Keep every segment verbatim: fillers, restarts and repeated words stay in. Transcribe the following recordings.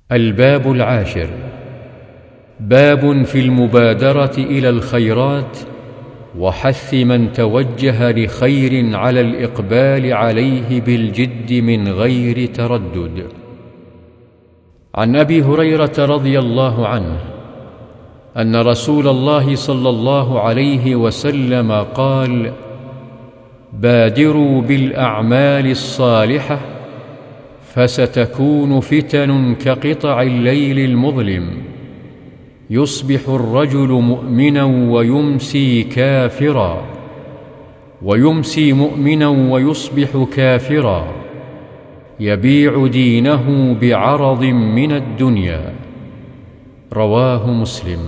الباب العاشر. باب في المبادرة إلى الخيرات وحث من توجه لخير على الإقبال عليه بالجد من غير تردد. عن أبي هريرة رضي الله عنه أن رسول الله صلى الله عليه وسلم قال: بادروا بالأعمال الصالحة فستكون فتن كقطع الليل المظلم، يصبح الرجل مؤمنا ويمسي كافرا، ويمسي مؤمنا ويصبح كافرا، يبيع دينه بعرض من الدنيا. رواه مسلم.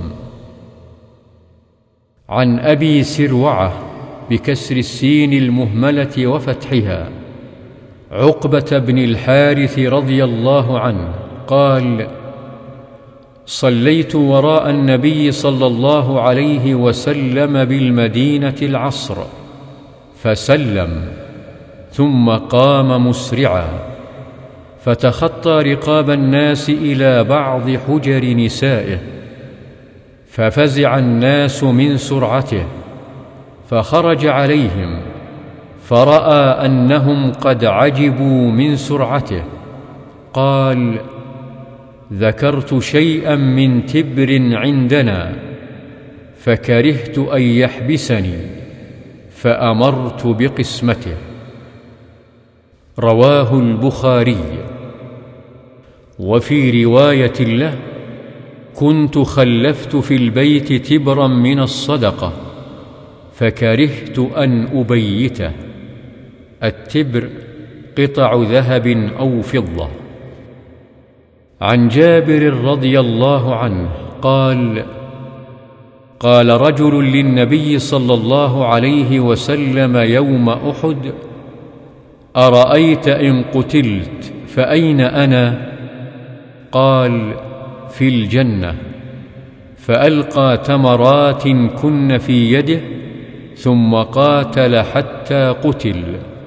عن أبي سروعة بكسر السين المهملة وفتحها عقبة بن الحارث رضي الله عنه قال: صليت وراء النبي صلى الله عليه وسلم بالمدينة العصر فسلم، ثم قام مسرعا فتخطى رقاب الناس إلى بعض حجر نسائه، ففزع الناس من سرعته، فخرج عليهم فرأى أنهم قد عجبوا من سرعته، قال: ذكرت شيئا من تبر عندنا فكرهت أن يحبسني فأمرت بقسمته. رواه البخاري. وفي رواية له: كنت خلفت في البيت تبرا من الصدقة فكرهت أن أبيته. التبر قطع ذهب أو فضة. عن جابر رضي الله عنه قال: قال رجل للنبي صلى الله عليه وسلم يوم أحد: أرأيت إن قتلت فأين أنا؟ قال: في الجنة. فألقى تمرات كن في يده ثم قاتل حتى قتل.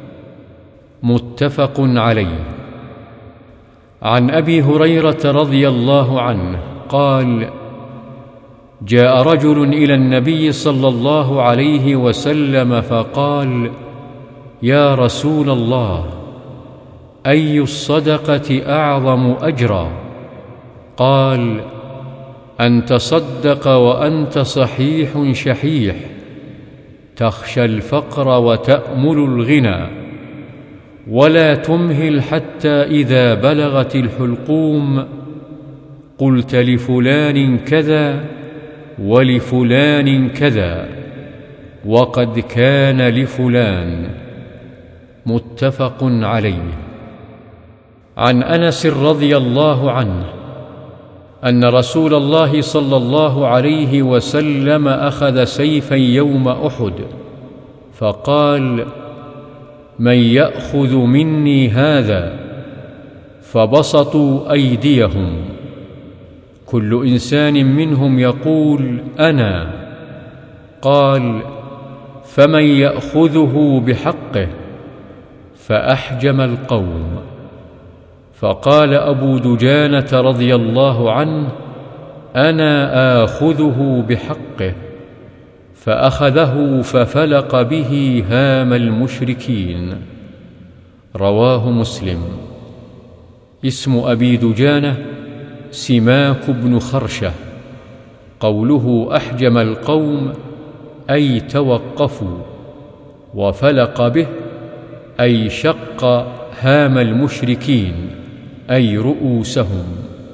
متفق عليه. عن أبي هريرة رضي الله عنه قال: جاء رجل إلى النبي صلى الله عليه وسلم فقال: يا رسول الله، أي الصدقة أعظم أجرا؟ قال: أن تصدق وأنت صحيح شحيح، تخشى الفقر وتأمل الغنى، ولا تمهل حتى إذا بلغت الحلقوم قلت لفلان كذا ولفلان كذا وقد كان لفلان. متفق عليه. عن أنس رضي الله عنه أن رسول الله صلى الله عليه وسلم أخذ سيفا يوم أحد فقال: من يأخذ مني هذا؟ فبسطوا أيديهم، كل إنسان منهم يقول: أنا. قال: فمن يأخذه بحقه؟ فأحجم القوم. فقال أبو دجانة رضي الله عنه: أنا آخذه بحقه. فأخذه ففلق به هام المشركين. رواه مسلم. اسم أبي دجانة سماك بن خرشة. قوله أحجم القوم أي توقفوا، وفلق به أي شق هام المشركين أي رؤوسهم.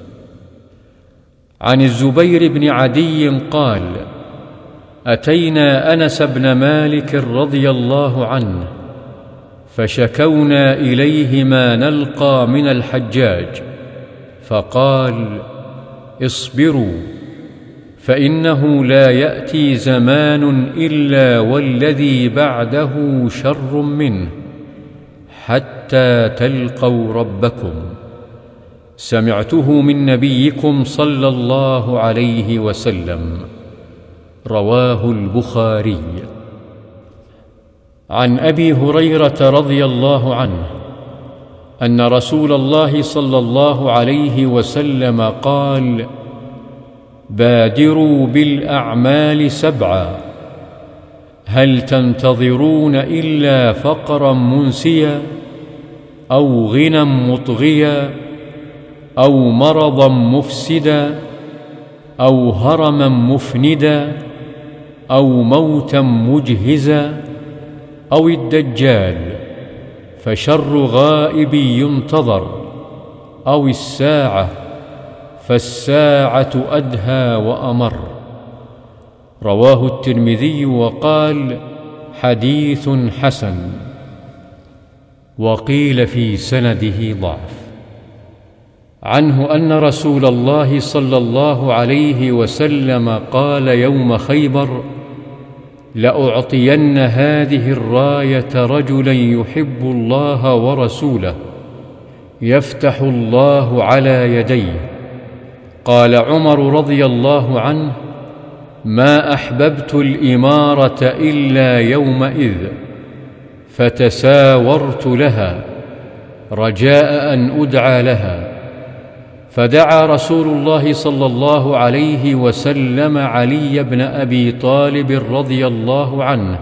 عن الزبير بن عدي قال: أتينا أنس بن مالك رضي الله عنه فشكونا إليه ما نلقى من الحجاج، فقال: اصبروا، فإنه لا يأتي زمان إلا والذي بعده شر منه حتى تلقوا ربكم. سمعته من نبيكم صلى الله عليه وسلم. رواه البخاري. عن أبي هريرة رضي الله عنه أن رسول الله صلى الله عليه وسلم قال: بادروا بالأعمال سبعا، هل تنتظرون إلا فقرا منسيا أو غنى مطغيا أو مرضا مفسدا أو هرما مفندا أو موتا مجهزا أو الدجال، فشر غائب ينتظر، أو الساعة، فالساعة أدهى وأمر. رواه الترمذي وقال: حديث حسن. وقيل في سنده ضعف. عنه أن رسول الله صلى الله عليه وسلم قال يوم خيبر: لأعطين هذه الراية رجلا يحب الله ورسوله يفتح الله على يديه. قال عمر رضي الله عنه: ما أحببت الإمارة إلا يومئذ، فتساورت لها رجاء أن أدعى لها، فدعا رسول الله صلى الله عليه وسلم علي بن أبي طالب رضي الله عنه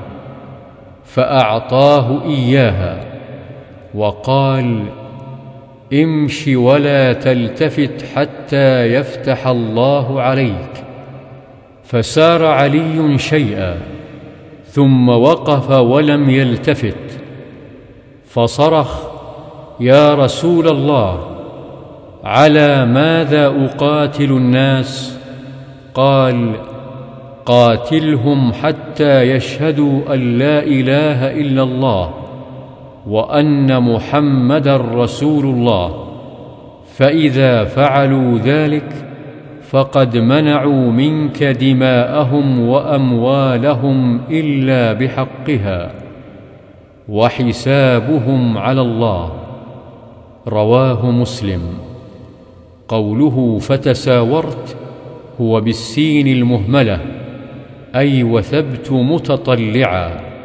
فأعطاه إياها، وقال: امش ولا تلتفت حتى يفتح الله عليك. فسار علي شيئا ثم وقف ولم يلتفت، فصرخ: يا رسول الله، على ماذا أقاتل الناس؟ قال: قاتلهم حتى يشهدوا أن لا إله إلا الله وأن محمدًا رسول الله، فإذا فعلوا ذلك فقد منعوا منك دماءهم وأموالهم إلا بحقها، وحسابهم على الله. رواه مسلم. قوله فتساورت هو بالسين المهملة، أي وثبت متطلعا.